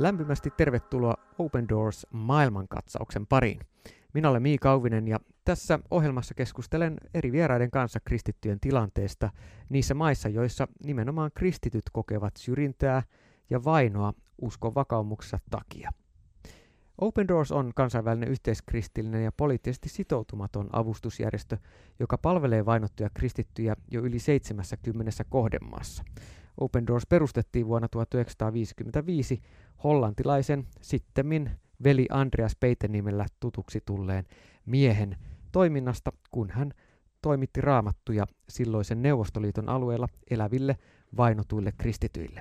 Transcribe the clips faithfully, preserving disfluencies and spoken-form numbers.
Lämpimästi tervetuloa Open Doors maailmankatsauksen pariin. Minä olen Mii Kauvinen ja tässä ohjelmassa keskustelen eri vieraiden kanssa kristittyjen tilanteesta niissä maissa, joissa nimenomaan kristityt kokevat syrjintää ja vainoa uskon vakaumuksensa takia. Open Doors on kansainvälinen yhteiskristillinen ja poliittisesti sitoutumaton avustusjärjestö, joka palvelee vainottuja kristittyjä jo yli seitsemässäkymmenessä kohdemaassa. Open Doors perustettiin vuonna tuhatyhdeksänsataaviisikymmentäviisi hollantilaisen sittemmin veli Andreas Peiten nimellä tutuksi tulleen miehen toiminnasta, kun hän toimitti raamattuja silloisen Neuvostoliiton alueella eläville vainotuille kristityille.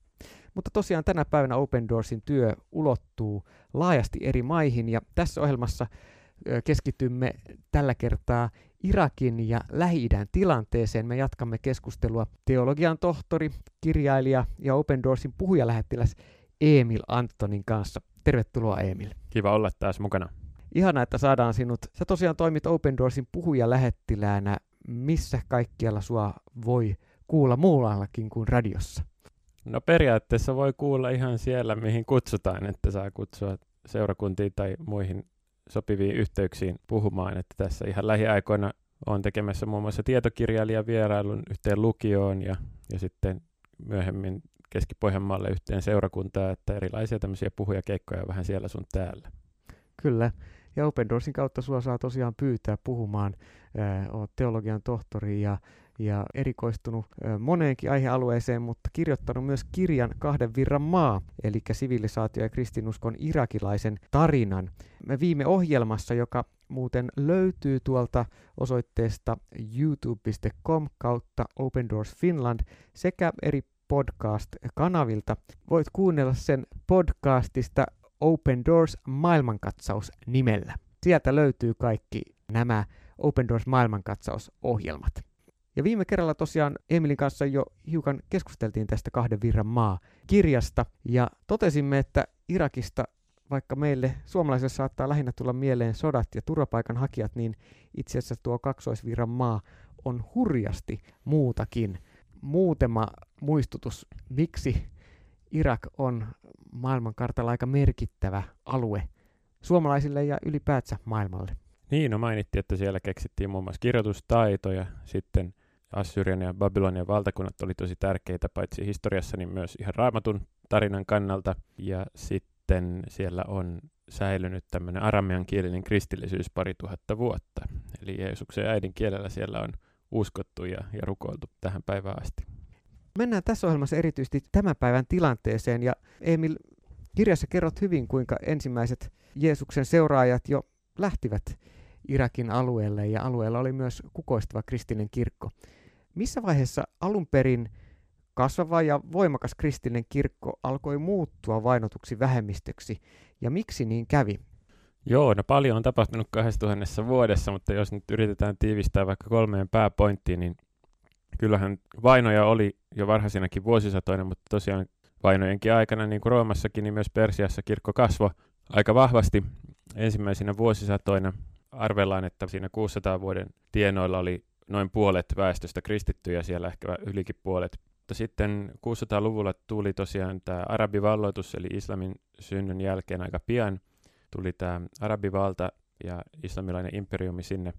Mutta tosiaan tänä päivänä Open Doorsin työ ulottuu laajasti eri maihin ja tässä ohjelmassa keskitymme tällä kertaa Irakin ja Lähi-idän tilanteeseen. Me jatkamme keskustelua teologian tohtori, kirjailija ja Open Doorsin puhujalähettiläs Emil Antonin kanssa. Tervetuloa Emil. Kiva olla taas mukana. Ihana, että saadaan sinut. Sä tosiaan toimit Open Doorsin puhujalähettiläänä. Missä kaikkialla sua voi kuulla muuallakin kuin radiossa? No periaatteessa voi kuulla ihan siellä, mihin kutsutaan, että saa kutsua seurakuntiin tai muihin sopiviin yhteyksiin puhumaan. Että tässä ihan lähiaikoina olen tekemässä muun muassa tietokirjailijan vierailun yhteen lukioon ja, ja sitten myöhemmin Keski-Pohjanmaalle yhteen seurakuntaa, että erilaisia tämmöisiä puhujakeikkoja vähän siellä sun täällä. Kyllä, ja Open Doorsin kautta sua saa tosiaan pyytää puhumaan. Äh, oot teologian tohtori ja, ja erikoistunut äh, moneenkin aihealueeseen, mutta kirjoittanut myös kirjan Kahden virran maa, eli sivilisaatio ja kristinuskon irakilaisen tarinan. Me viime ohjelmassa, joka muuten löytyy tuolta osoitteesta youtube piste com kautta Open Doors Finland sekä eri podcast-kanavilta. Voit kuunnella sen podcastista Open Doors maailmankatsaus nimellä. Sieltä löytyy kaikki nämä Open Doors maailmankatsausohjelmat. Ja viime kerralla tosiaan Emilin kanssa jo hiukan keskusteltiin tästä Kahden virran maa kirjasta ja totesimme, että Irakista, vaikka meille suomalaisille saattaa lähinnä tulla mieleen sodat ja turvapaikanhakijat, niin itse asiassa tuo kaksoisvirran maa on hurjasti muutakin. Muutama muistutus, miksi Irak on maailmankartalla aika merkittävä alue suomalaisille ja ylipäätään maailmalle. Niin, no mainittiin, että siellä keksittiin muun muassa kirjoitustaito ja sitten Assyrian ja Babylonian valtakunnat oli tosi tärkeitä paitsi historiassa, niin myös ihan raamatun tarinan kannalta. Ja sitten siellä on säilynyt tämmöinen arameankielinen kristillisyys pari tuhatta vuotta. Eli Jeesuksen äidinkielellä siellä on uskottu ja, ja rukoiltu tähän päivään asti. Mennään tässä ohjelmassa erityisesti tämän päivän tilanteeseen ja Emil, kirjassa kerrot hyvin, kuinka ensimmäiset Jeesuksen seuraajat jo lähtivät Irakin alueelle ja alueella oli myös kukoistava kristillinen kirkko. Missä vaiheessa alun perin kasvava ja voimakas kristillinen kirkko alkoi muuttua vainotuksi vähemmistöksi ja miksi niin kävi? Joo, no paljon on tapahtunut kahdessa vuodessa, mutta jos nyt yritetään tiivistää vaikka kolmeen pääpointtiin, niin kyllähän vainoja oli jo varhaisinakin vuosisatoina, mutta tosiaan vainojenkin aikana, niin kuin Roomassakin, niin myös Persiassa kirkko kasvoi aika vahvasti ensimmäisinä vuosisatoina. Arvellaan, että siinä kuusisadan vuoden tienoilla oli noin puolet väestöstä kristittyjä, siellä ehkä ylikin puolet. Mutta sitten kuusisataaluvulla tuli tosiaan tämä arabivalloitus, eli islamin synnyn jälkeen aika pian tuli tämä arabivalta ja islamilainen imperiumi sinne.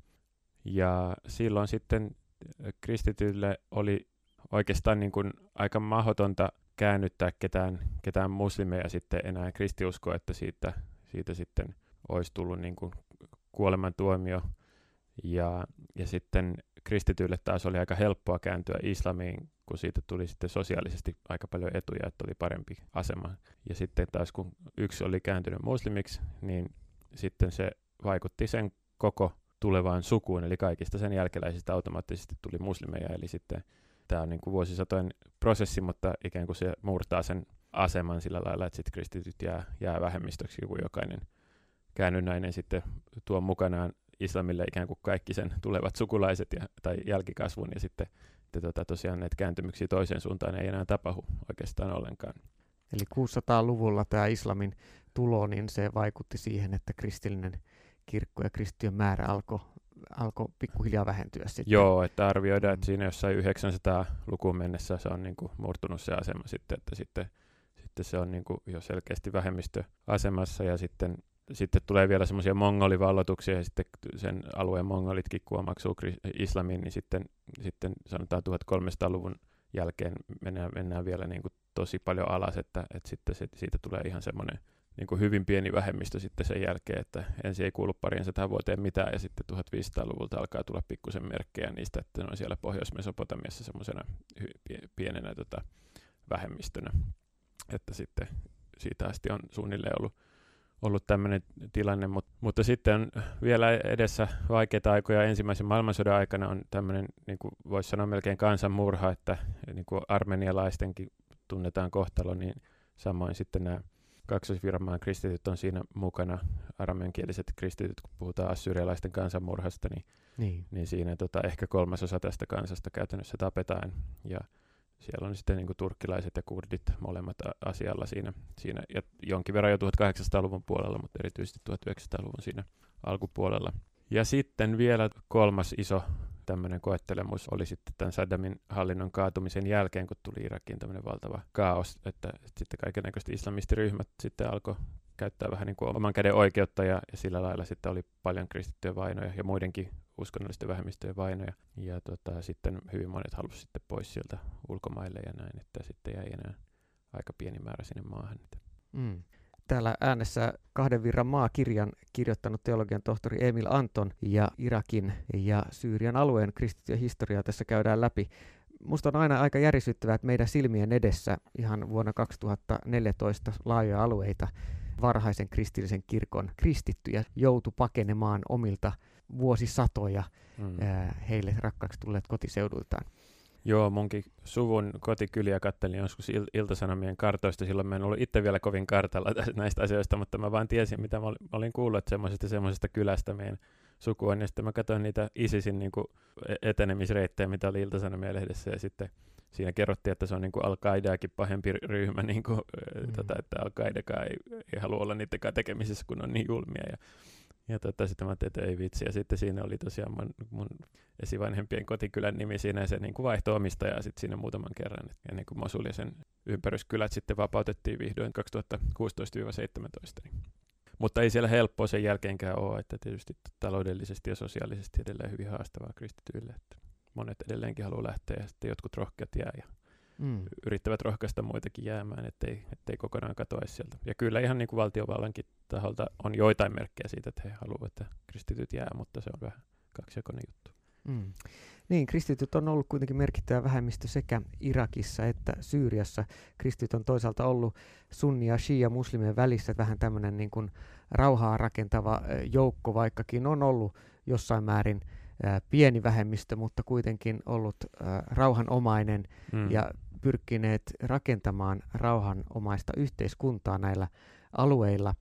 Ja silloin sitten kristityille oli oikeastaan niin kuin aika mahdotonta käännyttää ketään, ketään muslimeja sitten enää kristiuskoa, että siitä, siitä sitten olisi tullut niin kuin kuolemantuomio. Ja, ja sitten kristityille taas oli aika helppoa kääntyä islamiin, kun siitä tuli sitten sosiaalisesti aika paljon etuja, että oli parempi asema. Ja sitten taas kun yksi oli kääntynyt muslimiksi, niin sitten se vaikutti sen koko tulevaan sukuun, eli kaikista sen jälkeläisistä automaattisesti tuli muslimeja, eli sitten tämä on niin kuin vuosisatojen prosessi, mutta ikään kuin se murtaa sen aseman sillä lailla, että sitten kristityt jää, jää vähemmistöksi, kun jokainen käännynnäinen sitten tuo mukanaan islamille ikään kuin kaikki sen tulevat sukulaiset ja, tai jälkikasvun, ja sitten että tota, tosiaan näitä kääntymyksiä toiseen suuntaan ei enää tapahdu oikeastaan ollenkaan. Eli kuusisataaluvulla tämä islamin tulo, niin se vaikutti siihen, että kristillinen kirkko ja kristittyjen määrä alkoi alko pikkuhiljaa vähentyä sitten. Joo, että arvioidaan, että siinä jossain yhdeksänsataa lukuun mennessä se on niin kuin murtunut se asema sitten, että sitten, että se on niin kuin jo selkeästi vähemmistöasemassa ja sitten Sitten tulee vielä semmoisia mongolivallotuksia ja sitten sen alueen mongolitkin, kun omaksuu islamin, niin sitten, sitten sanotaan tuhatkolmesataaluvun jälkeen mennään, mennään vielä niin kuin tosi paljon alas, että, että sitten se, siitä tulee ihan semmoinen niin kuin hyvin pieni vähemmistö sitten sen jälkeen, että ensin ei kuulu pariin sataan vuoteen mitään ja sitten tuhatviisisataaluvulta alkaa tulla pikkusen merkkejä niistä, että ne on siellä Pohjois-Mesopotamiassa semmoisena hy- pienenä tota, vähemmistönä, että sitten siitä asti on suunnilleen ollut ollut tämmöinen tilanne, mutta, mutta sitten on vielä edessä vaikeita aikoja. Ensimmäisen maailmansodan aikana on tämmöinen, niin kuin voisi sanoa melkein kansanmurha, että niin kuin armenialaistenkin tunnetaan kohtalo, niin samoin sitten nämä Kaksoisvirmaan kristityt on siinä mukana, arameankieliset kristityt, kun puhutaan assyrialaisten kansanmurhasta, niin, niin. niin siinä tota, ehkä kolmasosa tästä kansasta käytännössä tapetaan, ja siellä on sitten niin kuin turkkilaiset ja kurdit molemmat asialla siinä, siinä, ja jonkin verran jo tuhatkahdeksansataaluvun puolella, mutta erityisesti tuhatyhdeksänsataaluvun siinä alkupuolella. Ja sitten vielä kolmas iso tämmöinen koettelemus oli sitten tämän Saddamin hallinnon kaatumisen jälkeen, kun tuli Irakiin tämmöinen valtava kaos, että, että sitten kaikennäköiset islamistiryhmät sitten alkoi käyttää vähän niin kuin oman käden oikeutta, ja, ja sillä lailla sitten oli paljon kristittyjen vainoja ja muidenkin uskonnollisten vähemmistöjen vainoja, ja tota, sitten hyvin monet halusivat sitten pois sieltä ulkomaille ja näin, että sitten jäi enää aika pieni määrä sinne maahan. Mm. Täällä äänessä Kahden virran maa-kirjan kirjoittanut teologian tohtori Emil Anton ja Irakin ja Syyrian alueen kristittyjen historiaa tässä käydään läpi. Musta on aina aika järisyttävää, että meidän silmien edessä ihan vuonna kaksituhattaneljätoista laajoja alueita varhaisen kristillisen kirkon kristittyjä joutui pakenemaan omilta vuosisatoja mm. ää, heille rakkaaksi tulleet kotiseuduiltaan. Joo, munkin suvun kotikyliä kattelin joskus il- Ilta-Sanomien kartoista. Silloin mä en ollut itse vielä kovin kartalla näistä asioista, mutta mä vaan tiesin, mitä mä olin, mä olin kuullut semmoisesta semmoisesta kylästä meidän sukuun. Ja sitten mä katsoin niitä ISISin niin kuin etenemisreittejä, mitä oli Ilta-Sanomien lehdessä. Ja sitten siinä kerrottiin, että se on niin kuin Al-Qaidaakin pahempi ryhmä, niin kuin, mm. tota, että Al-Qaidakaan ei, ei halua olla niidenkaan tekemisissä, kun on niin julmia. Ja, ja tota, sitten mä ajattelin, että ei vitsi. Ja sitten siinä oli tosiaan mun, mun esivanhempien kotikylän nimi siinä, ja se niin kuin vaihtoi omistajaa sitten siinä muutaman kerran. Ja niin kuin Mosul ja sen ympäryskylät sitten vapautettiin vihdoin kaksituhattakuusitoista seitsemäntoista. Niin. Mutta ei siellä helppoa sen jälkeenkään ole, että tietysti taloudellisesti ja sosiaalisesti edelleen hyvin haastavaa kristityille. Että monet edelleenkin haluaa lähteä ja sitten jotkut rohkeat jää ja mm. yrittävät rohkaista muitakin jäämään, ettei, ettei kokonaan katoaisi sieltä. Ja kyllä ihan niin kuin valtiovallankin taholta on joitain merkkejä siitä, että he haluavat, että kristityt jää, mutta se on vähän kaksijakoinen juttu. Mm. Niin, kristityt on ollut kuitenkin merkittävä vähemmistö sekä Irakissa että Syyriassa. Kristityt on toisaalta ollut sunni- ja shia-muslimien välissä vähän tämmöinen niin kuin rauhaa rakentava joukko, vaikkakin on ollut jossain määrin ää, pieni vähemmistö, mutta kuitenkin ollut ää, rauhanomainen mm. ja pyrkineet rakentamaan rauhanomaista yhteiskuntaa näillä alueilla.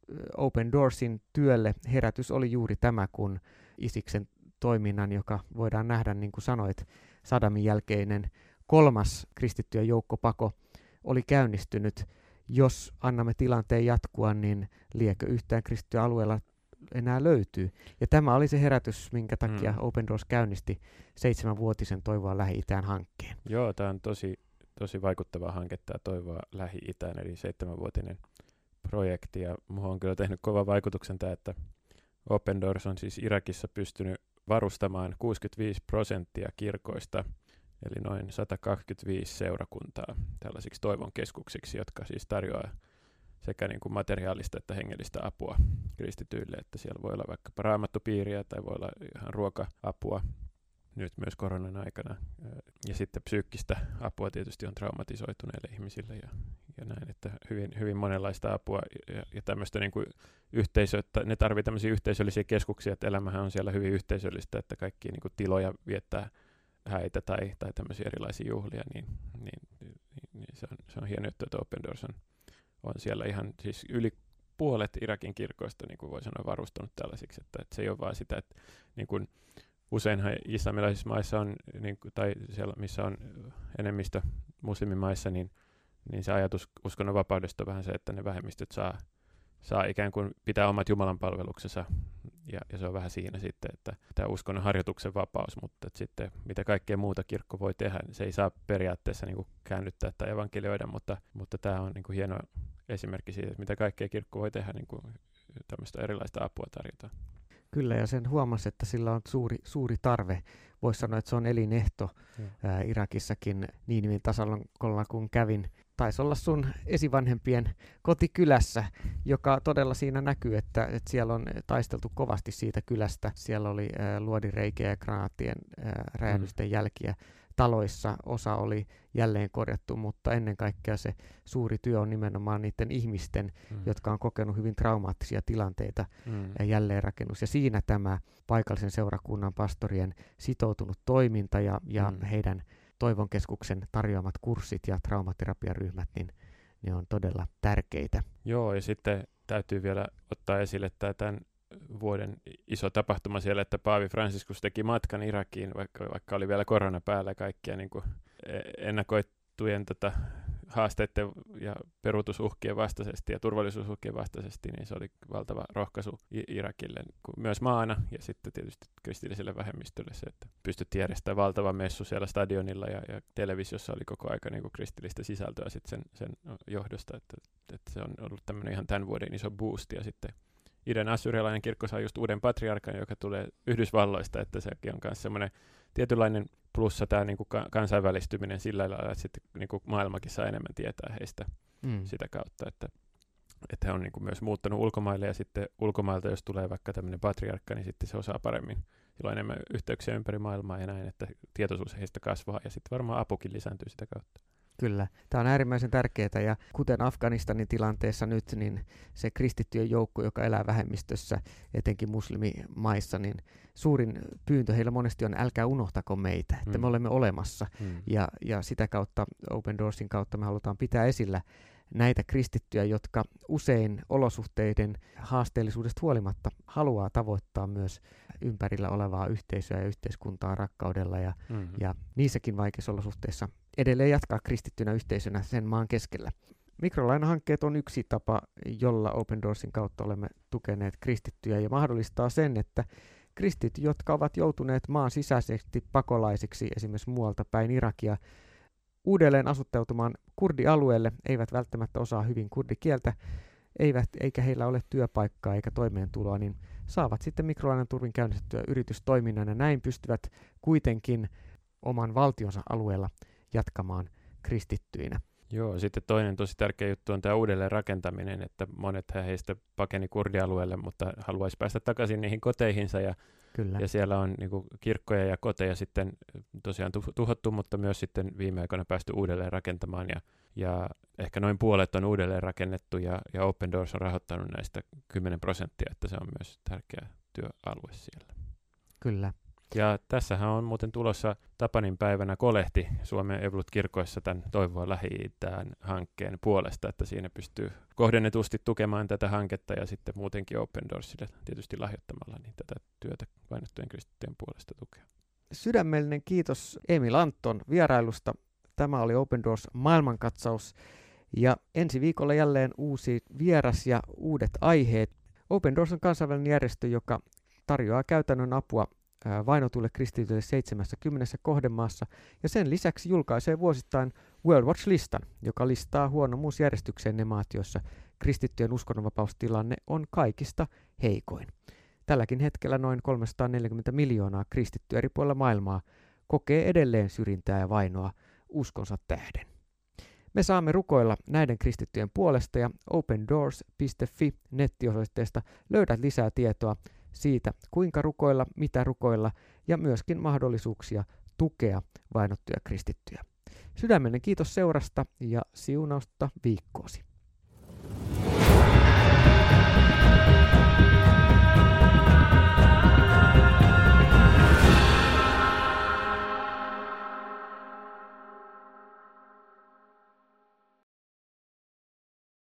Open Doorsin työlle herätys oli juuri tämä, kun Isiksen toiminnan, joka voidaan nähdä, niin kuin sanoit, Saddamin jälkeinen kolmas kristittyjen joukkopako oli käynnistynyt. Jos annamme tilanteen jatkua, niin liekö yhtään kristittyä alueella enää löytyy. Ja tämä oli se herätys, minkä takia mm. Open Doors käynnisti seitsemänvuotisen Toivoa Lähi-Itään hankkeen. Joo, tämä on tosi, tosi vaikuttava hanke, tämä Toivoa Lähi-Itään, eli seitsemänvuotinen projekti. Ja minulla on kyllä tehnyt kovan vaikutuksen tämä, että Open Doors on siis Irakissa pystynyt varustamaan kuusikymmentäviisi prosenttia kirkoista, eli noin sata kaksikymmentäviisi seurakuntaa tällaisiksi toivon keskuksiksi, jotka siis tarjoaa sekä niin kuin materiaalista että hengellistä apua kristityille, että siellä voi olla vaikkapa raamattupiiriä tai voi olla ihan ruoka-apua nyt myös koronan aikana. Ja sitten psyykkistä apua tietysti on traumatisoituneille ihmisille ja, ja näin, että hyvin, hyvin monenlaista apua ja, ja tämmöistä niin kuin yhteisö, että ne tarvitsevat tämmöisiä yhteisöllisiä keskuksia, että elämähän on siellä hyvin yhteisöllistä, että kaikki niin kuin tiloja viettää häitä tai, tai tämmöisiä erilaisia juhlia, niin, niin, niin, niin se, on, se on hieno juttu, että Open Doors on, on siellä ihan siis yli puolet Irakin kirkoista, niin kuin voi sanoa, varustunut tällaisiksi, että, että se ei ole vaan sitä, että niin kuin useinhan islamilaisissa maissa on, niin, tai siellä, missä on enemmistö muslimimaissa, niin, niin se ajatus uskonnon vapaudesta on vähän se, että ne vähemmistöt saa, saa ikään kuin pitää omat jumalanpalveluksensa ja, ja se on vähän siinä sitten, että tämä uskonnon harjoituksen vapaus, mutta että sitten mitä kaikkea muuta kirkko voi tehdä, niin se ei saa periaatteessa niin kuin käännyttää tai evankelioida, mutta, mutta tämä on niin kuin hieno esimerkki siitä, että mitä kaikkea kirkko voi tehdä, niin kuin tämmöistä erilaista apua tarjotaan. Kyllä, ja sen huomasi, että sillä on suuri, suuri tarve. Voisi sanoa, että se on elinehto ää, Irakissakin Niinivin tasalla, kun kävin. Taisi olla sun esivanhempien kotikylässä, joka todella siinä näkyy, että, että siellä on taisteltu kovasti siitä kylästä. Siellä oli ää, luodinreikiä ja granaattien ää, räjähdysten mm. jälkiä taloissa. Osa oli jälleen korjattu, mutta ennen kaikkea se suuri työ on nimenomaan niiden ihmisten, mm. jotka on kokenut hyvin traumaattisia tilanteita mm. ja jälleenrakennus. Ja siinä tämä paikallisen seurakunnan pastorien sitoutunut toiminta ja, ja mm. heidän Toivonkeskuksen tarjoamat kurssit ja traumaterapiaryhmät, niin ne on todella tärkeitä. Joo, ja sitten täytyy vielä ottaa esille tämä tämän vuoden iso tapahtuma siellä, että Paavi Franciscus teki matkan Irakiin, vaikka, vaikka oli vielä korona päällä kaikkia niin kuin ennakoitujen tota, haasteiden ja peruutusuhkien vastaisesti ja turvallisuusuhkien vastaisesti, niin se oli valtava rohkaisu Irakille myös maana ja sitten tietysti kristilliselle vähemmistölle se, että pystyttiin järjestämään valtava messu siellä stadionilla ja, ja televisiossa oli koko aika niin kuin kristillistä sisältöä sitten sen, sen johdosta, että, että se on ollut tämmöinen ihan tämän vuoden iso boost ja sitten Iden assyrialainen kirkko saa just uuden patriarkan, joka tulee Yhdysvalloista, että sekin on myös semmoinen tietynlainen plussa tämä niinku kansainvälistyminen sillä lailla, että sitten niinku maailmakin saa enemmän tietää heistä mm. sitä kautta, että, että he on niinku myös muuttanut ulkomaille ja sitten ulkomailta, jos tulee vaikka tämmöinen patriarkka, niin sitten se osaa paremmin. Sillä on enemmän yhteyksiä ympäri maailmaa ja näin, että tietoisuus heistä kasvaa ja sitten varmaan apukin lisääntyy sitä kautta. Kyllä. Tämä on äärimmäisen tärkeää ja kuten Afganistanin tilanteessa nyt, niin se kristittyjen joukko, joka elää vähemmistössä, etenkin muslimimaissa, niin suurin pyyntö heillä monesti on älkää unohtako meitä, että mm. me olemme olemassa. Mm. Ja, ja sitä kautta, Open Doorsin kautta me halutaan pitää esillä näitä kristittyjä, jotka usein olosuhteiden haasteellisuudesta huolimatta haluaa tavoittaa myös ympärillä olevaa yhteisöä ja yhteiskuntaa rakkaudella ja, mm-hmm. ja niissäkin vaikeissa olosuhteissa edelleen jatkaa kristittynä yhteisönä sen maan keskellä. Mikrolainahankkeet on yksi tapa, jolla Open Doorsin kautta olemme tukeneet kristittyjä ja mahdollistaa sen, että kristityt, jotka ovat joutuneet maan sisäisesti pakolaisiksi esimerkiksi muualta päin Irakia, uudelleen asuttautumaan kurdialueelle, eivät välttämättä osaa hyvin kurdikieltä, eivät, eikä heillä ole työpaikkaa eikä toimeentuloa, niin saavat sitten mikrolainan turvin käynnistettyä yritystoiminnan ja näin pystyvät kuitenkin oman valtionsa alueella jatkamaan kristittyinä. Joo, sitten toinen tosi tärkeä juttu on tämä uudelleen rakentaminen, että monet heistä pakeni kurdialueelle, mutta haluaisi päästä takaisin niihin koteihinsa ja Kyllä. Ja siellä on niin kuin kirkkoja ja koteja sitten tosiaan tuhottu, mutta myös sitten viime aikoina päästy uudelleen rakentamaan. Ja, ja ehkä noin puolet on uudelleen rakennettu ja, ja Open Doors on rahoittanut näistä kymmenen prosenttia, että se on myös tärkeä työalue siellä. Kyllä. Ja tässähän on muuten tulossa Tapanin päivänä kolehti Suomen Evolut-kirkoissa tämän Toivoa Lähi-Itään hankkeen puolesta, että siinä pystyy kohdennetusti tukemaan tätä hanketta ja sitten muutenkin Open Doorsille tietysti lahjoittamalla niin tätä työtä vainottujen kristittyjen puolesta tukea. Sydämellinen kiitos Emil Anton vierailusta. Tämä oli Open Doors maailmankatsaus ja ensi viikolla jälleen uusi vieras ja uudet aiheet. Open Doors on kansainvälinen järjestö, joka tarjoaa käytännön apua vainotuille kristityille seitsemässäkymmenessä kohdemaassa, ja sen lisäksi julkaisee vuosittain World Watch-listan, joka listaa huonomuusjärjestykseen ne maat, joissa kristittyjen uskonnonvapaustilanne on kaikista heikoin. Tälläkin hetkellä noin kolmesataaneljäkymmentä miljoonaa kristittyä eri puolilla maailmaa kokee edelleen syrjintää ja vainoa uskonsa tähden. Me saamme rukoilla näiden kristittyjen puolesta, ja open doors piste fi nettiosoitteesta löydät lisää tietoa siitä, kuinka rukoilla, mitä rukoilla ja myöskin mahdollisuuksia tukea vainottuja kristittyjä. Sydämellinen kiitos seurasta ja siunausta viikkoosi.